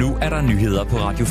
Nu er der nyheder på Radio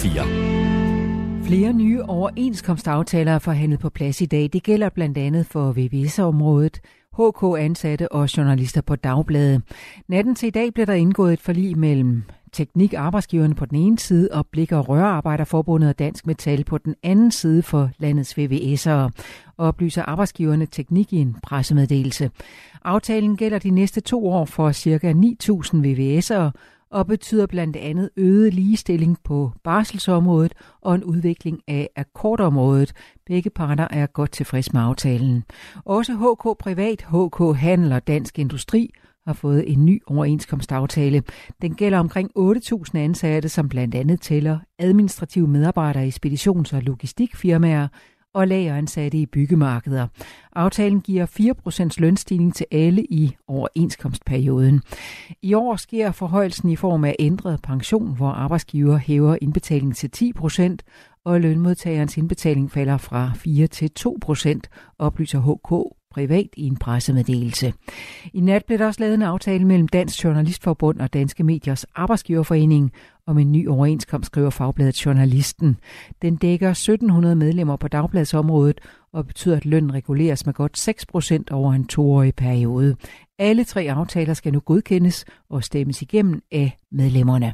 4. Flere nye overenskomstaftaler er forhandlet på plads i dag. Det gælder blandt andet for VVS-området, HK-ansatte og journalister på Dagbladet. Natten til i dag blev der indgået et forlig mellem Teknik-arbejdsgiverne på den ene side og Blik- og Rørarbejderforbundet og Dansk Metal på den anden side for landets VVS'ere, og oplyser arbejdsgiverne Teknik i en pressemeddelelse. Aftalen gælder de næste 2 år for ca. 9.000 VVS'ere og betyder blandt andet øget ligestilling på barselsområdet og en udvikling af akkordområdet. Begge parter er godt tilfreds med aftalen. Også HK Privat, HK Handel og Dansk Industri har fået en ny overenskomstaftale. Den gælder omkring 8.000 ansatte, som blandt andet tæller administrative medarbejdere i speditions- og logistikfirmaer og lageransatte i byggemarkeder. Aftalen giver 4% lønstigning til alle i overenskomstperioden. I år sker forhøjelsen i form af ændret pension, hvor arbejdsgiver hæver indbetalingen til 10%, og lønmodtagerens indbetaling falder fra 4 til 2%, oplyser HK Privat i en pressemeddelelse. I nat blev der også lavet en aftale mellem Dansk Journalistforbund og Danske Mediers Arbejdsgiverforening om en ny overenskomst, skriver Fagbladet Journalisten. Den dækker 1700 medlemmer på dagbladsområdet og betyder, at lønnen reguleres med godt 6% over en 2-årig periode. Alle 3 aftaler skal nu godkendes og stemmes igennem af medlemmerne.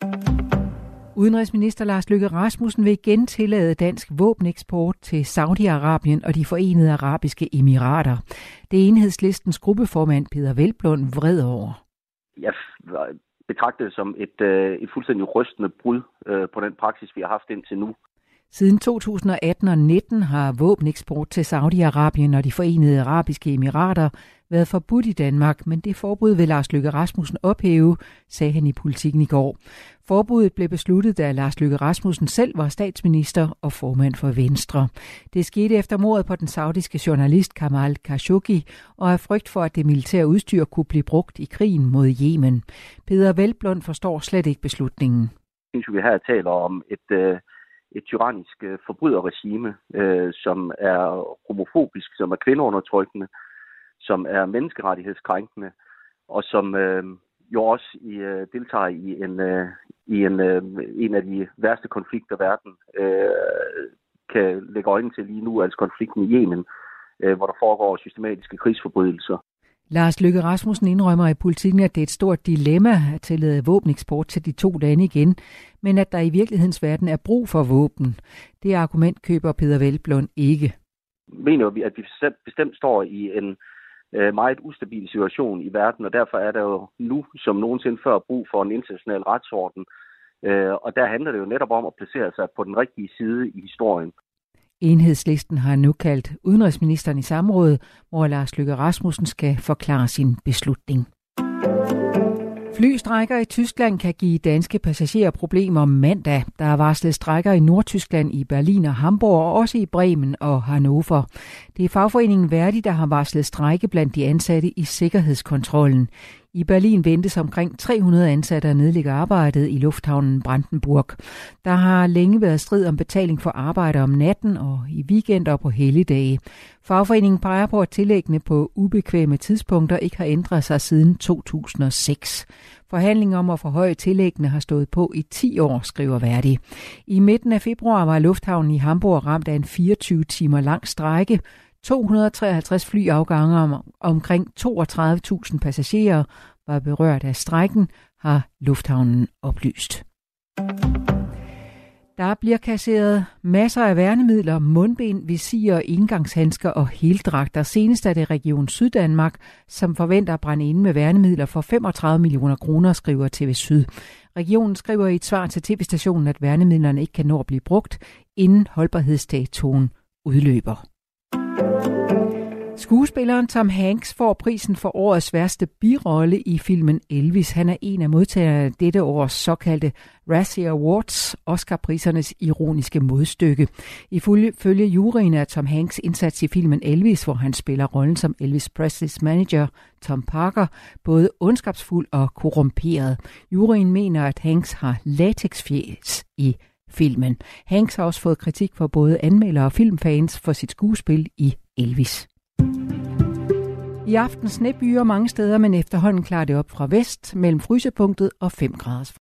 Udenrigsminister Lars Løkke Rasmussen vil igen tillade dansk våbeneksport til Saudi-Arabien og de Forenede Arabiske Emirater. Det er Enhedslistens gruppeformand Peder Hvelplund vred over. Jeg betragter det som et fuldstændig rystende brud på den praksis, vi har haft indtil nu. Siden 2018 og 19 har våbeneksport til Saudi-Arabien og de Forenede Arabiske Emirater været forbudt i Danmark, men det forbud vil Lars Løkke Rasmussen ophæve, sagde han i Politiken i går. Forbuddet blev besluttet, da Lars Løkke Rasmussen selv var statsminister og formand for Venstre. Det skete efter mordet på den saudiske journalist Kamal Khashoggi og af frygt for, at det militære udstyr kunne blive brugt i krigen mod Yemen. Peder Hvelplund forstår slet ikke beslutningen. Jeg synes, vi her taler om et tyrannisk forbryderregime, som er homofobisk, som er kvindeundertrykkende, som er menneskerettighedskrænkende, og som jo også deltager i en af de værste konflikter, verden kan lægge øjnene til lige nu, altså konflikten i Yemen, hvor der foregår systematiske krigsforbrydelser. Lars Løkke Rasmussen indrømmer i Politiken, at det er et stort dilemma at tillade våbeneksport til de 2 lande igen, men at der i virkelighedens verden er brug for våben. Det argument køber Peder Hvelplund ikke. Mener vi, at vi bestemt står i en meget ustabil situation i verden, og derfor er der jo nu, som nogensinde før, brug for en international retsorden. Og der handler det jo netop om at placere sig på den rigtige side i historien. Enhedslisten har nu kaldt udenrigsministeren i samråd, hvor Lars Løkke Rasmussen skal forklare sin beslutning. Flystrejker i Tyskland kan give danske passagerer problemer mandag. Der er varslet strejker i Nordtyskland, i Berlin og Hamburg, og også i Bremen og Hannover. Det er fagforeningen Verdi, der har varslet strejke blandt de ansatte i sikkerhedskontrollen. I Berlin ventes omkring 300 ansatte at nedlægge arbejdet i lufthavnen Brandenburg. Der har længe været strid om betaling for arbejde om natten og i weekender og på helligdage. Fagforeningen peger på, at tillæggene på ubekvemme tidspunkter ikke har ændret sig siden 2006. Forhandlinger om at forhøje tillæggene har stået på i 10 år, skriver Verdi. I midten af februar var lufthavnen i Hamburg ramt af en 24 timer lang strejke. 253 flyafgange om omkring 32.000 passagerer var berørt af strejken, har lufthavnen oplyst. Der bliver kasseret masser af værnemidler, mundbind, visirer, engangshandsker og heldragter. Senest er det Region Syddanmark, som forventer at brænde inde med værnemidler for 35 millioner kroner, skriver TV Syd. Regionen skriver i et svar til TV-stationen, at værnemidlerne ikke kan nå at blive brugt, inden holdbarhedsdatoen udløber. Skuespilleren Tom Hanks får prisen for årets værste birolle i filmen Elvis. Han er en af modtagerne af dette års såkaldte Razzie Awards, Oscar-prisernes ironiske modstykke. Ifølge juryen er Tom Hanks indsats i filmen Elvis, hvor han spiller rollen som Elvis Presleys manager Tom Parker, både ondskabsfuld og korrumperet. Juryen mener, at Hanks har latexfjæs i filmen. Hanks har også fået kritik fra både anmeldere og filmfans for sit skuespil i Elvis. I aften snebyer mange steder, men efterhånden klarer det op fra vest mellem frysepunktet og 5 grader.